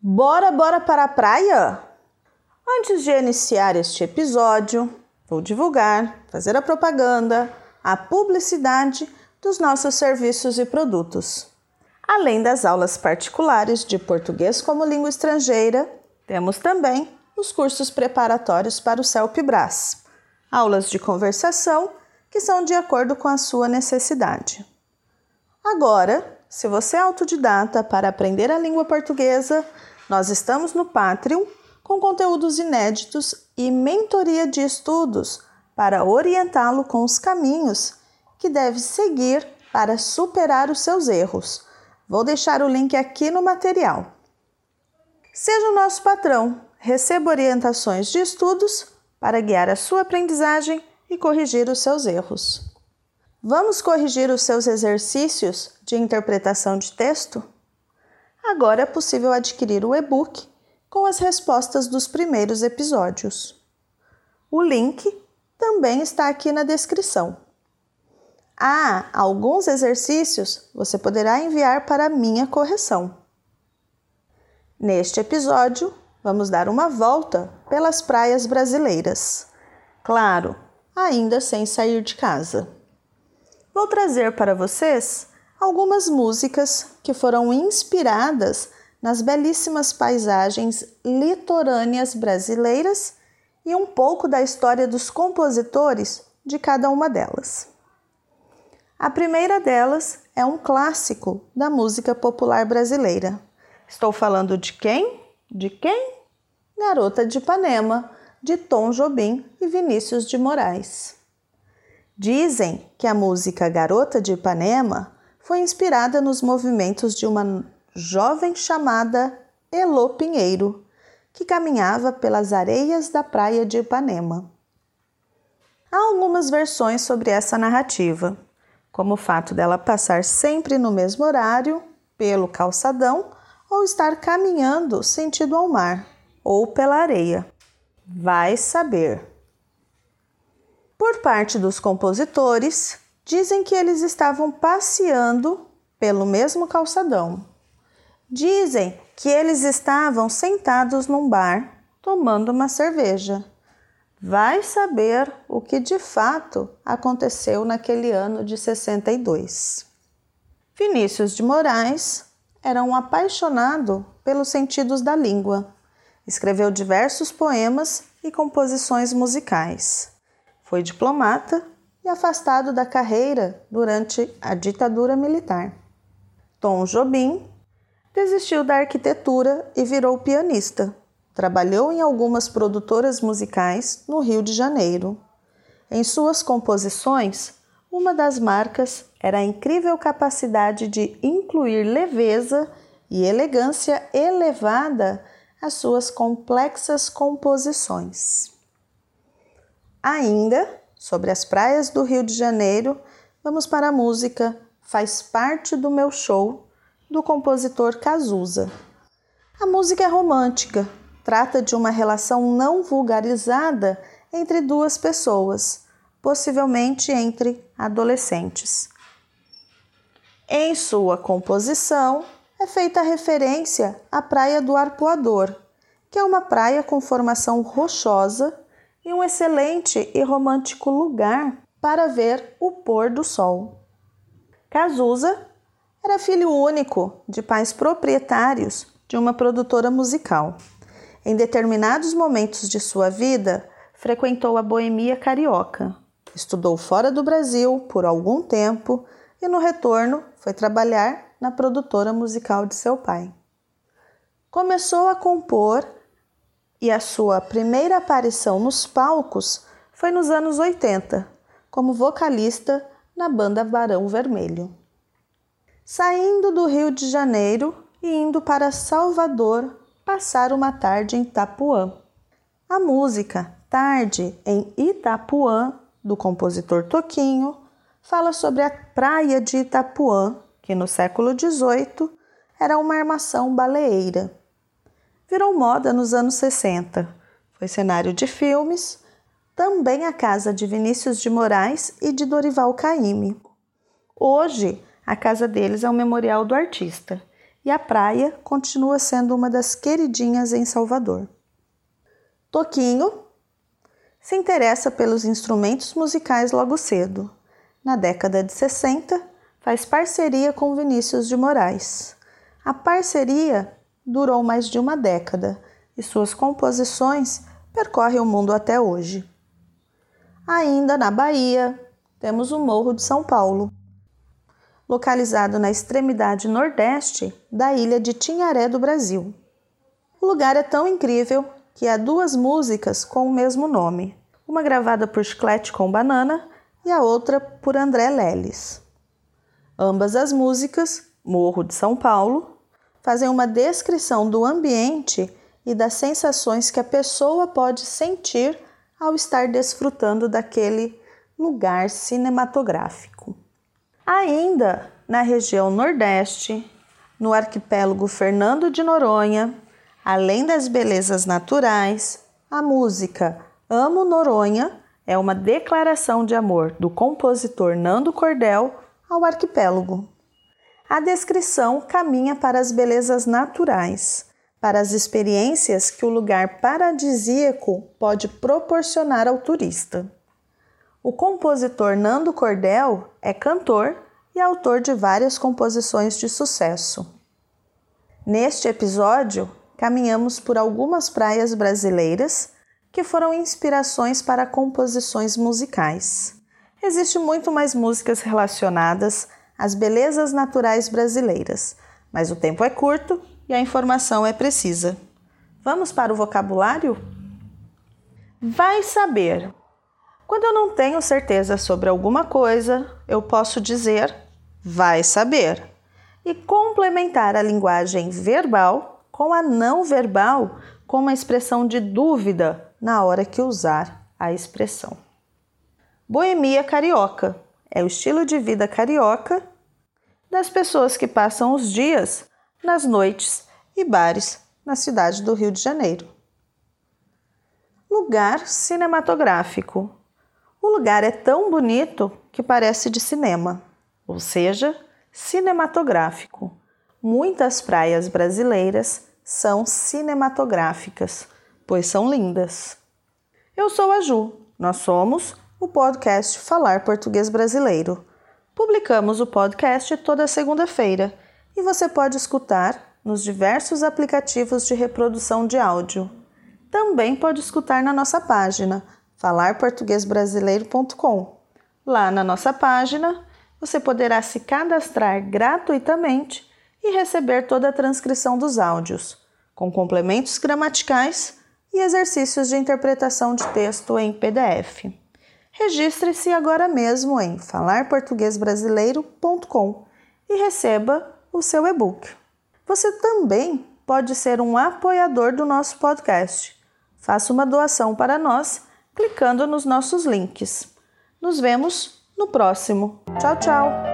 Bora para a praia? Antes de iniciar este episódio, vou divulgar, fazer a propaganda, a publicidade dos nossos serviços e produtos. Além das aulas particulares de português como língua estrangeira, temos também os cursos preparatórios para o CELPE-BRAS, aulas de conversação que são de acordo com a sua necessidade. Agora, se você é autodidata para aprender a língua portuguesa, nós estamos no Patreon com conteúdos inéditos e mentoria de estudos para orientá-lo com os caminhos que deve seguir para superar os seus erros. Vou deixar o link aqui no material. Seja o nosso patrão, receba orientações de estudos para guiar a sua aprendizagem e corrigir os seus erros. Vamos corrigir os seus exercícios de interpretação de texto? Agora é possível adquirir o e-book com as respostas dos primeiros episódios. O link também está aqui na descrição. Alguns exercícios você poderá enviar para minha correção. Neste episódio, vamos dar uma volta pelas praias brasileiras. Claro, ainda sem sair de casa. Vou trazer para vocês algumas músicas que foram inspiradas nas belíssimas paisagens litorâneas brasileiras e um pouco da história dos compositores de cada uma delas. A primeira delas é um clássico da música popular brasileira. Estou falando de quem? De quem? Garota de Ipanema, de Tom Jobim e Vinícius de Moraes. Dizem que a música Garota de Ipanema foi inspirada nos movimentos de uma jovem chamada Elô Pinheiro, que caminhava pelas areias da praia de Ipanema. Há algumas versões sobre essa narrativa, como o fato dela passar sempre no mesmo horário, pelo calçadão, ou estar caminhando sentido ao mar, ou pela areia. Vai saber. Por parte dos compositores, dizem que eles estavam passeando pelo mesmo calçadão. Dizem que eles estavam sentados num bar, tomando uma cerveja. Vai saber o que de fato aconteceu naquele ano de 62. Vinícius de Moraes era um apaixonado pelos sentidos da língua. Escreveu diversos poemas e composições musicais. Foi diplomata e afastado da carreira durante a ditadura militar. Tom Jobim desistiu da arquitetura e virou pianista. Trabalhou em algumas produtoras musicais no Rio de Janeiro. Em suas composições, uma das marcas era a incrível capacidade de incluir leveza e elegância elevada às suas complexas composições. Ainda, sobre as praias do Rio de Janeiro, vamos para a música Faz Parte do Meu Show, do compositor Cazuza. A música é romântica, trata de uma relação não vulgarizada entre duas pessoas, possivelmente entre adolescentes. Em sua composição, é feita referência à Praia do Arpoador, que é uma praia com formação rochosa e um excelente e romântico lugar para ver o pôr do sol. Cazuza era filho único de pais proprietários de uma produtora musical. Em determinados momentos de sua vida, frequentou a boemia carioca. Estudou fora do Brasil por algum tempo e, no retorno, foi trabalhar na produtora musical de seu pai. Começou a compor e a sua primeira aparição nos palcos foi nos anos 80, como vocalista na banda Barão Vermelho. Saindo do Rio de Janeiro e indo para Salvador passar uma tarde em Itapuã. A música Tarde em Itapuã, do compositor Toquinho, fala sobre a praia de Itapuã, que no século XVIII era uma armação baleeira. Virou moda nos anos 60. Foi cenário de filmes, também a casa de Vinícius de Moraes e de Dorival Caymmi. Hoje, a casa deles é um memorial do artista e a praia continua sendo uma das queridinhas em Salvador. Toquinho se interessa pelos instrumentos musicais logo cedo. Na década de 60, faz parceria com Vinícius de Moraes. A parceria durou mais de uma década e suas composições percorrem o mundo até hoje. Ainda na Bahia, temos o Morro de São Paulo, localizado na extremidade nordeste da ilha de Tinharé do Brasil. O lugar é tão incrível que há 2 músicas com o mesmo nome, uma gravada por Chiclete com Banana e a outra por André Leles. Ambas as músicas, Morro de São Paulo, fazem uma descrição do ambiente e das sensações que a pessoa pode sentir ao estar desfrutando daquele lugar cinematográfico. Ainda na região Nordeste, no arquipélago Fernando de Noronha, além das belezas naturais, a música Amo Noronha é uma declaração de amor do compositor Nando Cordel ao arquipélago. A descrição caminha para as belezas naturais, para as experiências que o lugar paradisíaco pode proporcionar ao turista. O compositor Nando Cordel é cantor e autor de várias composições de sucesso. Neste episódio, caminhamos por algumas praias brasileiras que foram inspirações para composições musicais. Existe muito mais músicas relacionadas às belezas naturais brasileiras, mas o tempo é curto e a informação é precisa. Vamos para o vocabulário? Vai saber. Quando eu não tenho certeza sobre alguma coisa, eu posso dizer vai saber e complementar a linguagem verbal com a não verbal com uma expressão de dúvida na hora que usar a expressão. Boemia carioca é o estilo de vida carioca das pessoas que passam os dias nas noites e bares na cidade do Rio de Janeiro. Lugar cinematográfico. O lugar é tão bonito que parece de cinema, ou seja, cinematográfico. Muitas praias brasileiras são cinematográficas, pois são lindas. Eu sou a Ju, nós somos o podcast Falar Português Brasileiro. Publicamos o podcast toda segunda-feira e você pode escutar nos diversos aplicativos de reprodução de áudio. Também pode escutar na nossa página falarportuguesbrasileiro.com. Lá na nossa página, você poderá se cadastrar gratuitamente e receber toda a transcrição dos áudios, com complementos gramaticais e exercícios de interpretação de texto em PDF. Registre-se agora mesmo em falarportuguesbrasileiro.com e receba o seu e-book. Você também pode ser um apoiador do nosso podcast. Faça uma doação para nós clicando nos nossos links. Nos vemos no próximo. Tchau, tchau!